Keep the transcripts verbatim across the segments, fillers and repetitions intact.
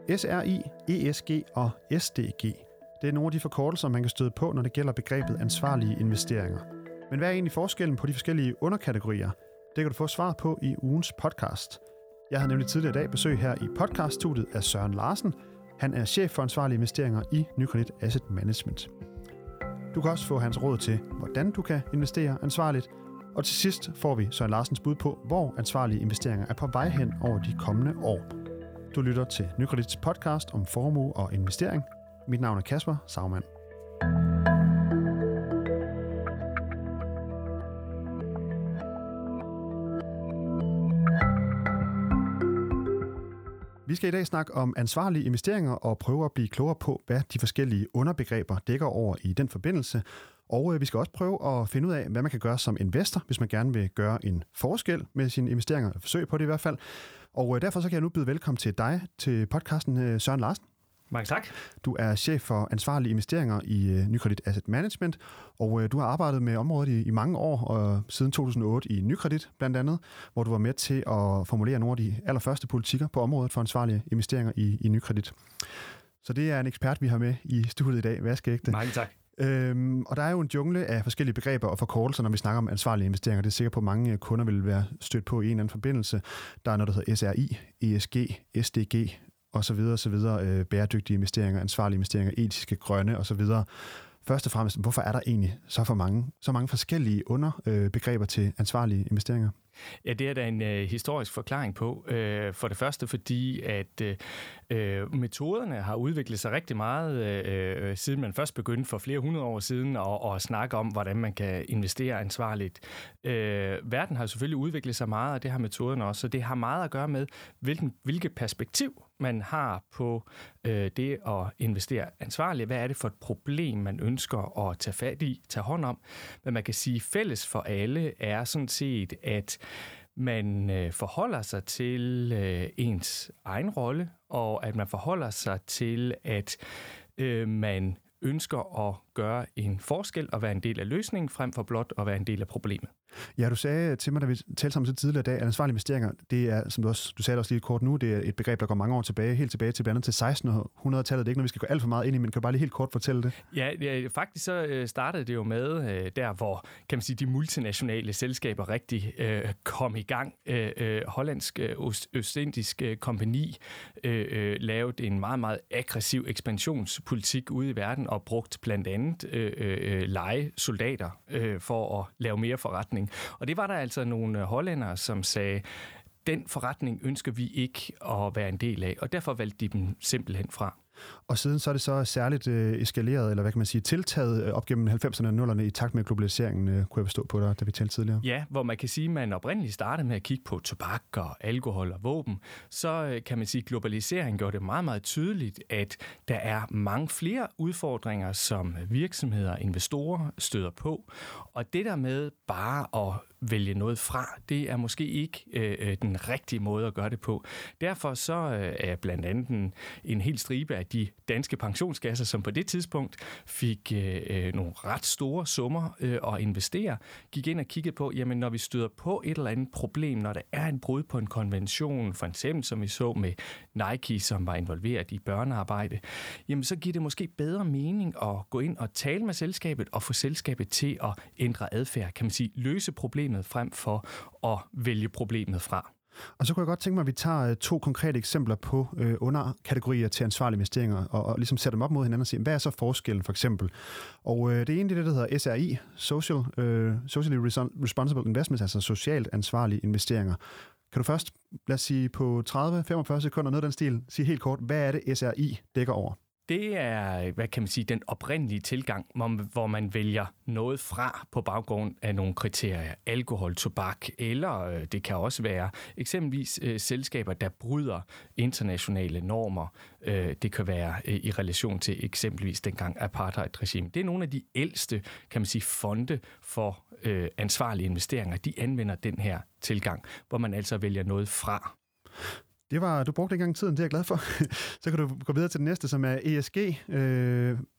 S R I, E S G og S D G. Det er nogle af de forkortelser, man kan støde på, når det gælder begrebet ansvarlige investeringer. Men hvad er egentlig forskellen på de forskellige underkategorier? Det kan du få svar på i ugens podcast. Jeg havde nemlig tidligere i dag besøg her i podcaststudiet af Søren Larsen. Han er chef for ansvarlige investeringer i Nykredit Asset Management. Du kan også få hans råd til, hvordan du kan investere ansvarligt. Og til sidst får vi Søren Larsens bud på, hvor ansvarlige investeringer er på vej hen over de kommende år. Du lytter til Nykredits podcast om formue og investering. Mit navn er Kasper Sagmann. Vi skal i dag snakke om ansvarlige investeringer og prøve at blive klogere på, hvad de forskellige underbegreber dækker over i den forbindelse. Og vi skal også prøve at finde ud af, hvad man kan gøre som investor, hvis man gerne vil gøre en forskel med sine investeringer, eller forsøge på det i hvert fald. Og derfor så kan jeg nu byde velkommen til dig til podcasten, Søren Larsen. Mange tak. Du er chef for ansvarlige investeringer i Nykredit Asset Management, og du har arbejdet med området i, i mange år, og siden to tusind og otte i Nykredit blandt andet, hvor du var med til at formulere nogle af de allerførste politikker på området for ansvarlige investeringer i, i Nykredit. Så det er en ekspert, vi har med i studiet i dag. Vaskægte. Mange tak. Øhm, og der er jo en jungle af forskellige begreber og forkortelser, når vi snakker om ansvarlige investeringer. Det er sikkert på, at mange kunder vil være stødt på i en eller anden forbindelse. Der er noget, der hedder S R I, E S G, S D G og så videre, så videre. Øh, bæredygtige investeringer, ansvarlige investeringer, etiske, grønne og så videre. Først og fremmest, hvorfor er der egentlig så, for mange, så mange forskellige underbegreber øh, til ansvarlige investeringer? Ja, det er der en øh, historisk forklaring på. Øh, for det første fordi, at øh, metoderne har udviklet sig rigtig meget, øh, siden man først begyndte for flere hundrede år siden at, at snakke om, hvordan man kan investere ansvarligt. Øh, verden har selvfølgelig udviklet sig meget, og det har metoderne også, så det har meget at gøre med, hvilken, hvilket perspektiv man har på øh, det at investere ansvarligt. Hvad er det for et problem, man ønsker at tage fat i, tage hånd om? Men man kan sige, fælles for alle er sådan set, at man øh, forholder sig til øh, ens egen rolle, og at man forholder sig til, at øh, man ønsker at gøre en forskel og være en del af løsningen, frem for blot at være en del af problemet. Ja, du sagde til mig, da vi talte sammen så tidligere i dag, at ansvarlige investeringer, det er, som du også, du sagde også lige kort nu, det er et begreb, der går mange år tilbage, helt tilbage til blandt andet til sekstenhundredetallet. Det er ikke noget, vi skal gå alt for meget ind i, men kan du bare lige helt kort fortælle det? Ja, ja faktisk så startede det jo med der, hvor kan man sige, de multinationale selskaber rigtig øh, kom i gang. Øh, hollandsk Østindisk kompagni øh, lavede en meget, meget aggressiv ekspansionspolitik ude i verden og brugt blandt andet øh, øh, leje soldater øh, for at lave mere forretning. Og det var der altså nogle hollændere, som sagde, den forretning ønsker vi ikke at være en del af, og derfor valgte de dem simpelthen fra. Og siden så er det så særligt øh, eskaleret, eller hvad kan man sige, tiltaget øh, op gennem halvfemserne og nullerne i takt med globaliseringen, øh, kunne jeg forstå på dig, da vi talte tidligere. Ja, hvor man kan sige, at man oprindeligt startede med at kigge på tobak og alkohol og våben, så øh, kan man sige, at globaliseringen gør det meget, meget tydeligt, at der er mange flere udfordringer, som virksomheder og investorer støder på. Og det der med bare at vælge noget fra, det er måske ikke øh, den rigtige måde at gøre det på. Derfor så øh, er blandt andet en, en hel stribe af de danske pensionskasser, som på det tidspunkt fik øh, nogle ret store summer øh, at investere, gik ind og kiggede på, jamen når vi støder på et eller andet problem, når der er en brud på en konvention, for eksempel som vi så med Nike, som var involveret i børnearbejde, jamen så giver det måske bedre mening at gå ind og tale med selskabet og få selskabet til at ændre adfærd, kan man sige, løse problemet frem for at vælge problemet fra. Og så kunne jeg godt tænke mig, at vi tager to konkrete eksempler på øh, underkategorier til ansvarlige investeringer, og, og ligesom sætter dem op mod hinanden og siger, hvad er så forskellen for eksempel? Og øh, det ene det er det, der hedder S R I, Social, øh, Socially Responsible Investments, altså socialt ansvarlige investeringer. Kan du først, lad os sige på tredive til femogfyrre sekunder, noget af den stil, sige helt kort, hvad er det S R I dækker over? Det er, hvad kan man sige, den oprindelige tilgang, hvor man vælger noget fra på baggrund af nogle kriterier. Alkohol, tobak, eller det kan også være eksempelvis øh, selskaber, der bryder internationale normer. Øh, det kan være øh, i relation til eksempelvis dengang apartheid-regime. Det er nogle af de ældste, kan man sige, fonde for øh, ansvarlige investeringer. De anvender den her tilgang, hvor man altså vælger noget fra. Det var, du brugte ikke engang tiden, det er jeg glad for. Så kan du gå videre til den næste, som er E S G. Øh,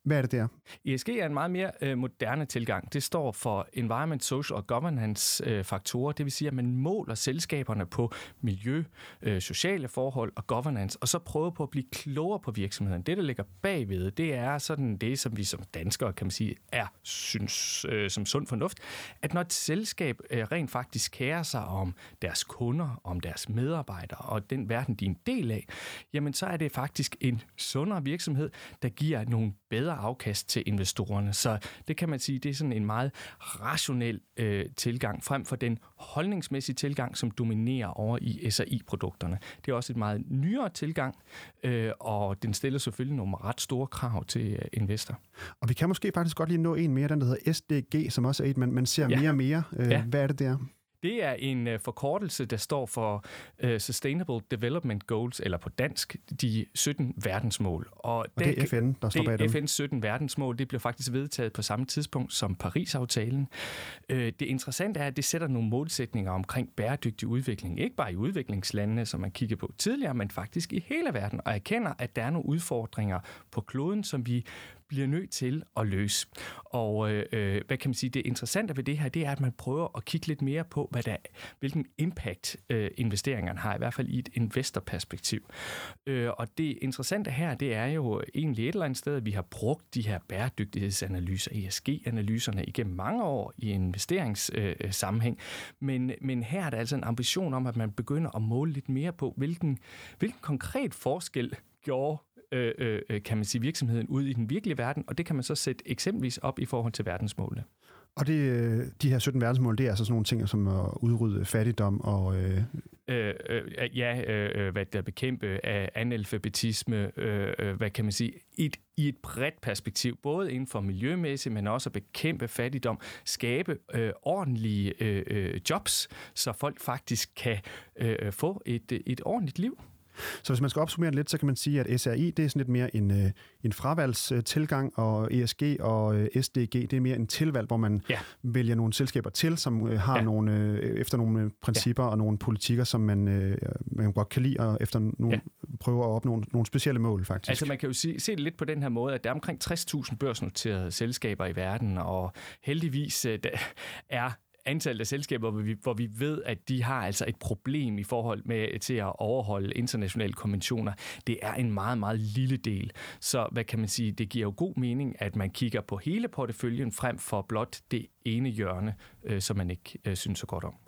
Hvad er det der? E S G er en meget mere øh, moderne tilgang. Det står for Environment, Social og Governance øh, faktorer. Det vil sige, at man måler selskaberne på miljø, øh, sociale forhold og governance, og så prøver på at blive klogere på virksomheden. Det, der ligger bagved, det er sådan det, som vi som danskere, kan man sige, er synes øh, som sund fornuft, at når et selskab øh, rent faktisk kærer sig om deres kunder, om deres medarbejdere og den verden, de er en del af, jamen så er det faktisk en sundere virksomhed, der giver nogle bedre afkast til investorerne. Så det kan man sige, det er sådan en meget rationel øh, tilgang, frem for den holdningsmæssige tilgang, som dominerer over i S R I-produkterne. Det er også et meget nyere tilgang, øh, og den stiller selvfølgelig nogle ret store krav til øh, investor. Og vi kan måske faktisk godt lige nå en mere, den der hedder S D G, som også er et, man, man ser ja. mere og mere. Øh, ja. Hvad er det der? Det er en uh, forkortelse, der står for uh, Sustainable Development Goals, eller på dansk, de sytten verdensmål. Og, og det er F N, der står bag dem. Det er F N's sytten verdensmål. Det blev faktisk vedtaget på samme tidspunkt som Paris-aftalen. Uh, det interessante er, at det sætter nogle målsætninger omkring bæredygtig udvikling. Ikke bare i udviklingslandene, som man kiggede på tidligere, men faktisk i hele verden. Og erkender, at der er nogle udfordringer på kloden, som vi bliver nødt til at løse. Og øh, hvad kan man sige, det interessante ved det her, det er, at man prøver at kigge lidt mere på, hvad der, hvilken impact øh, investeringerne har, i hvert fald i et investorperspektiv. Øh, og det interessante her, det er jo egentlig et eller andet sted, at vi har brugt de her bæredygtighedsanalyser, E S G-analyserne, igennem mange år i investeringssammenhæng. Øh, men, men her er der altså en ambition om, at man begynder at måle lidt mere på, hvilken, hvilken konkret forskel gjorde Øh, øh, kan man sige, virksomheden ud i den virkelige verden, og det kan man så sætte eksempelvis op i forhold til verdensmålene. Og det, de her sytten verdensmål, det er altså sådan nogle ting som at udrydde fattigdom og... Øh... Øh, øh, ja, øh, hvad der bekæmpe af analfabetisme, øh, hvad kan man sige, et, i et bredt perspektiv, både inden for miljømæssigt, men også at bekæmpe fattigdom, skabe øh, ordentlige øh, jobs, så folk faktisk kan øh, få et, et ordentligt liv. Så hvis man skal opsummere lidt, så kan man sige, at S R I, det er sådan lidt mere en, en fravalgstilgang, og E S G og S D G, det er mere en tilvalg, hvor man ja. vælger nogle selskaber til, som har ja. nogle, efter nogle principper ja. og nogle politikker, som man, man godt kan lide, og efter nogle, ja. prøver at opnå nogle, nogle specielle mål, faktisk. Altså man kan jo se, se det lidt på den her måde, at der er omkring tres tusind børsnoterede selskaber i verden, og heldigvis der er antallet af selskaber, hvor vi, hvor vi ved, at de har altså et problem i forhold med til at overholde internationale konventioner. Det er en meget, meget lille del. Så hvad kan man sige, det giver jo god mening, at man kigger på hele porteføljen frem for blot det ene hjørne, øh, som man ikke øh, synes så godt om.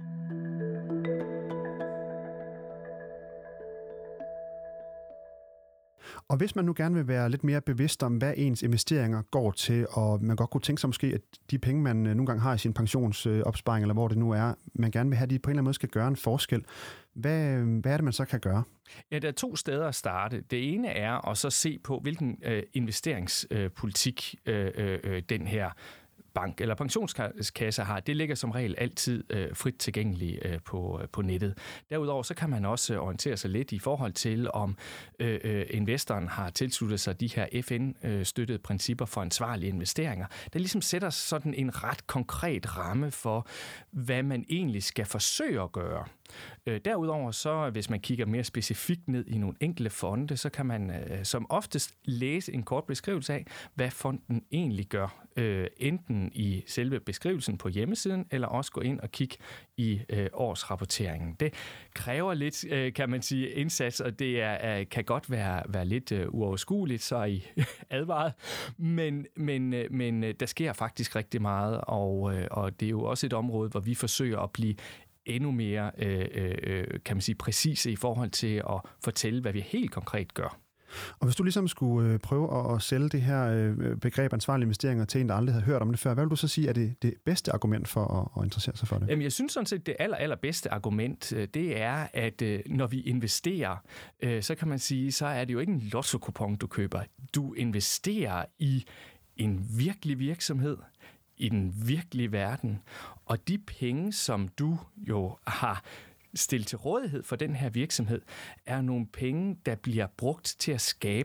Og hvis man nu gerne vil være lidt mere bevidst om, hvad ens investeringer går til, og man godt kunne tænke sig måske, at de penge, man nogle gange har i sin pensionsopsparing, eller hvor det nu er, man gerne vil have, de på en eller anden måde skal gøre en forskel. Hvad, hvad er det, man så kan gøre? Ja, der er to steder at starte. Det ene er at så se på, hvilken øh, investeringspolitik øh, øh, den her bank eller pensionskasse har. Det ligger som regel altid øh, frit tilgængeligt øh, på, øh, på nettet. Derudover så kan man også orientere sig lidt i forhold til, om øh, øh, investoren har tilsluttet sig de her F N-støttede principper for ansvarlige investeringer. Der ligesom sætter sådan en ret konkret ramme for, hvad man egentlig skal forsøge at gøre. Øh, derudover så, hvis man kigger mere specifikt ned i nogle enkelte fonde, så kan man øh, som oftest læse en kort beskrivelse af, hvad fonden egentlig gør. Øh, enten i selve beskrivelsen på hjemmesiden, eller også gå ind og kigge i øh, årsrapporteringen. Det kræver lidt, øh, kan man sige, indsats, og det er, øh, kan godt være, være lidt øh, uoverskueligt, så er I advaret. Men, men, øh, men øh, der sker faktisk rigtig meget, og, øh, og det er jo også et område, hvor vi forsøger at blive endnu mere, øh, øh, kan man sige, præcise i forhold til at fortælle, hvad vi helt konkret gør. Og hvis du ligesom skulle prøve at sælge det her begreb ansvarlige investeringer til en, der aldrig havde hørt om det før, hvad vil du så sige er det, det bedste argument for at, at interessere sig for det? Jamen, jeg synes sådan set, det aller, allerbedste argument, det er, at når vi investerer, så kan man sige, så er det jo ikke en lotto-kupon, du køber. Du investerer i en virkelig virksomhed, i den virkelige verden, og de penge, som du jo har stillet til rådighed for den her virksomhed, er nogle penge, der bliver brugt til at skabe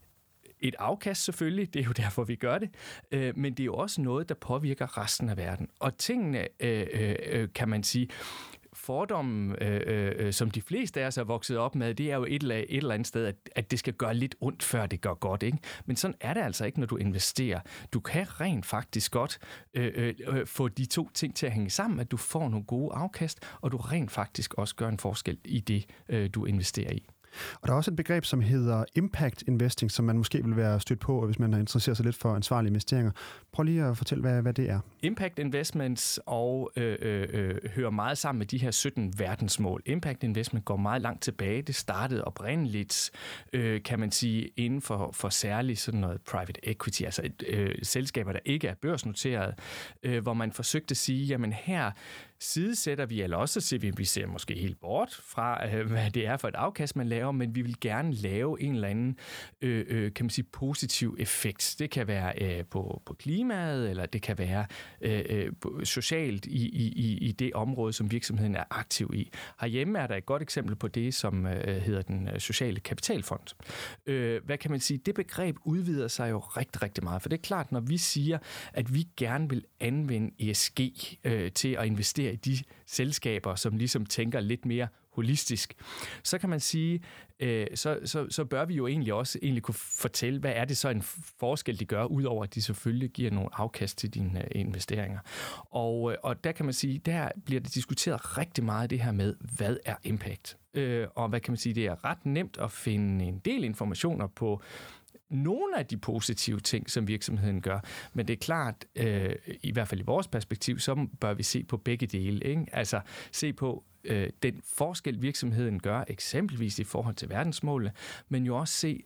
et afkast selvfølgelig, det er jo derfor, vi gør det, øh, men det er jo også noget, der påvirker resten af verden. Og tingene, øh, øh, kan man sige, fordommen, øh, øh, som de fleste af os er vokset op med, det er jo et eller, et eller andet sted, at, at det skal gøre lidt ondt, før det gør godt, ikke? Men sådan er det altså ikke, når du investerer. Du kan rent faktisk godt øh, øh, få de to ting til at hænge sammen, at du får nogle gode afkast, og du rent faktisk også gør en forskel i det, øh, du investerer i. Og der er også et begreb, som hedder impact investing, som man måske vil være stødt på, hvis man interesserer sig lidt for ansvarlige investeringer. Prøv lige at fortælle, hvad, hvad det er. Impact investments og øh, øh, hører meget sammen med de her sytten verdensmål. Impact investment går meget langt tilbage. Det startede oprindeligt, øh, kan man sige, inden for, for særligt sådan noget private equity, altså et, øh, selskaber, der ikke er børsnoteret, øh, hvor man forsøgte at sige, jamen her sidesætter vi, eller også siger vi, at vi ser måske helt bort fra, øh, hvad det er for et afkast, man laver, men vi vil gerne lave en eller anden, øh, øh, kan man sige, positiv effekt. Det kan være øh, på, på klimaet, eller det kan være øh, socialt i, i, i det område, som virksomheden er aktiv i. Herhjemme er der et godt eksempel på det, som øh, hedder den sociale kapitalfond. Øh, hvad kan man sige? Det begreb udvider sig jo rigtig, rigtig meget, for det er klart, når vi siger, at vi gerne vil anvende E S G øh, til at investere i de selskaber, som ligesom tænker lidt mere holistisk, så kan man sige, øh, så, så, så bør vi jo egentlig også egentlig kunne fortælle, hvad er det så en forskel, de gør, udover at de selvfølgelig giver nogle afkast til dine investeringer. Og, og der kan man sige, der bliver det diskuteret rigtig meget det her med, hvad er impact? Øh, og hvad kan man sige, det er ret nemt at finde en del informationer på nogle af de positive ting, som virksomheden gør, men det er klart, øh, i hvert fald i vores perspektiv, så bør vi se på begge dele, ikke? Altså se på øh, den forskel, virksomheden gør, eksempelvis i forhold til verdensmålene, men jo også se,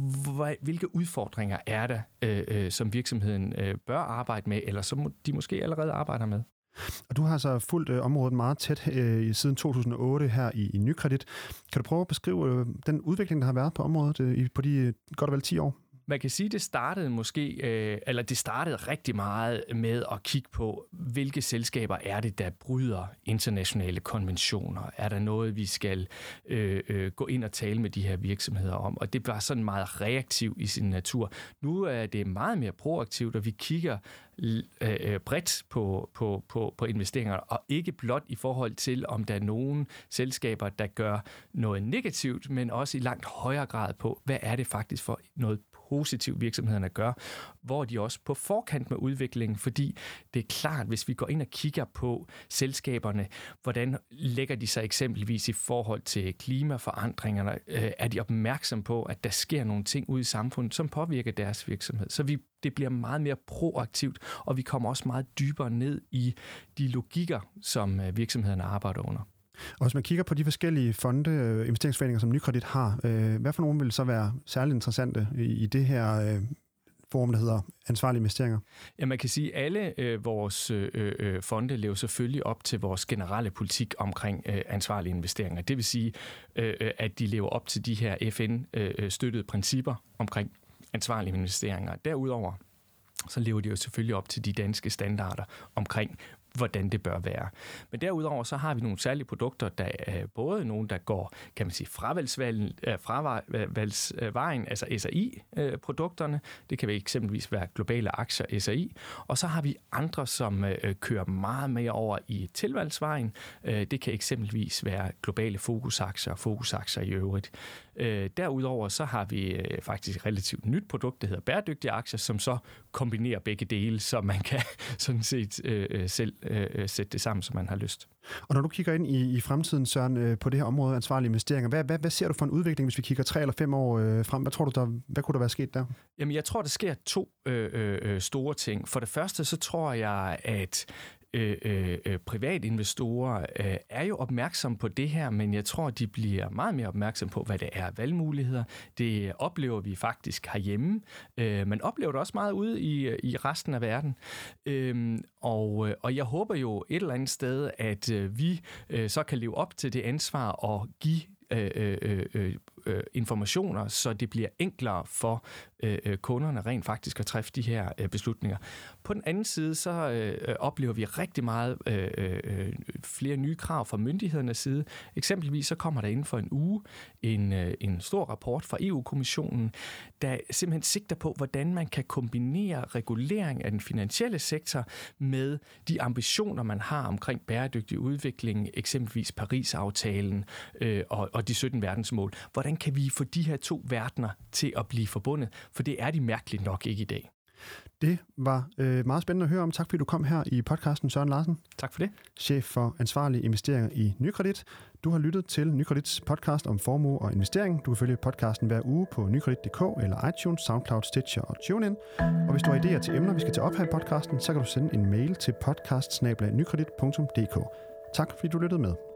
hvilke udfordringer er der, øh, øh, som virksomheden øh, bør arbejde med, eller som de måske allerede arbejder med. Og du har så fulgt øh, området meget tæt øh, siden to tusind og otte her i, i Nykredit. Kan du prøve at beskrive øh, den udvikling, der har været på området øh, på de øh, godt og vel ti år? Man kan sige, det startede måske, øh, eller det startede rigtig meget med at kigge på, hvilke selskaber er det, der bryder internationale konventioner? Er der noget, vi skal øh, øh, gå ind og tale med de her virksomheder om? Og det var sådan meget reaktiv i sin natur. Nu er det meget mere proaktivt, og vi kigger øh, bredt på, på, på, på investeringer, og ikke blot i forhold til, om der er nogle selskaber, der gør noget negativt, men også i langt højere grad på, hvad er det faktisk for noget positivt virksomhederne gør, hvor de også på forkant med udviklingen, fordi det er klart, hvis vi går ind og kigger på selskaberne, hvordan lægger de sig eksempelvis i forhold til klimaforandringerne, øh, er de opmærksom på, at der sker nogle ting ude i samfundet, som påvirker deres virksomhed. Så vi, det bliver meget mere proaktivt, og vi kommer også meget dybere ned i de logikker, som øh, virksomhederne arbejder under. Og hvis man kigger på de forskellige fonde, investeringsforeninger, som Nykredit har, øh, hvad for nogle vil så være særligt interessante i, i det her øh, forum, der hedder ansvarlige investeringer? Ja, man kan sige, at alle øh, vores øh, øh, fonde lever selvfølgelig op til vores generelle politik omkring øh, ansvarlige investeringer. Det vil sige, øh, at de lever op til de her F N-støttede principper omkring ansvarlige investeringer. Derudover så lever de jo selvfølgelig op til de danske standarder omkring, hvordan det bør være. Men derudover så har vi nogle særlige produkter, der er både nogle, der går, kan man sige, fravalgsvejen, altså S A I-produkterne. Det kan eksempelvis være globale aktier, S A I. Og så har vi andre, som kører meget mere over i tilvalgsvejen. Det kan eksempelvis være globale fokusaktier og fokusaktier i øvrigt. Derudover så har vi faktisk et relativt nyt produkt, der hedder bæredygtige aktier, som så kombinerer begge dele, så man kan sådan set øh, selv øh, sætte det sammen, som man har lyst. Og når du kigger ind i, i fremtiden, Søren, øh, på det her område ansvarlige investeringer, hvad, hvad, hvad ser du for en udvikling, hvis vi kigger tre eller fem år øh, frem? Hvad tror du, der, hvad kunne der være sket der? Jamen, jeg tror, der sker to øh, øh, store ting. For det første, så tror jeg, at Øh, øh, privatinvestorer øh, er jo opmærksom på det her, men jeg tror, de bliver meget mere opmærksom på, hvad det er valgmuligheder. Det oplever vi faktisk herhjemme, øh, men oplever det også meget ude i, i resten af verden. Øh, og, og jeg håber jo et eller andet sted, at øh, vi øh, så kan leve op til det ansvar og give Øh, øh, øh, øh, informationer, så det bliver enklere for øh, kunderne rent faktisk at træffe de her øh, beslutninger. På den anden side, så øh, oplever vi rigtig meget øh, øh, flere nye krav fra myndighedernes side. Eksempelvis så kommer der inden for en uge en, øh, en stor rapport fra E U-kommissionen, der simpelthen sigter på, hvordan man kan kombinere regulering af den finansielle sektor med de ambitioner, man har omkring bæredygtig udvikling, eksempelvis Paris-aftalen øh, og, og de sytten verdensmål. Hvordan kan vi få de her to verdener til at blive forbundet? For det er de mærkeligt nok ikke i dag. Det var øh, meget spændende at høre om. Tak fordi du kom her i podcasten, Søren Larsen. Tak for det. Chef for ansvarlige investeringer i Nykredit. Du har lyttet til Nykredits podcast om formue og investering. Du kan følge podcasten hver uge på nykredit punktum d k eller iTunes, SoundCloud, Stitcher og TuneIn. Og hvis du har idéer til emner, vi skal tage op her i podcasten, så kan du sende en mail til podcast snabel-a nykredit punktum d k. Tak fordi du lyttede med.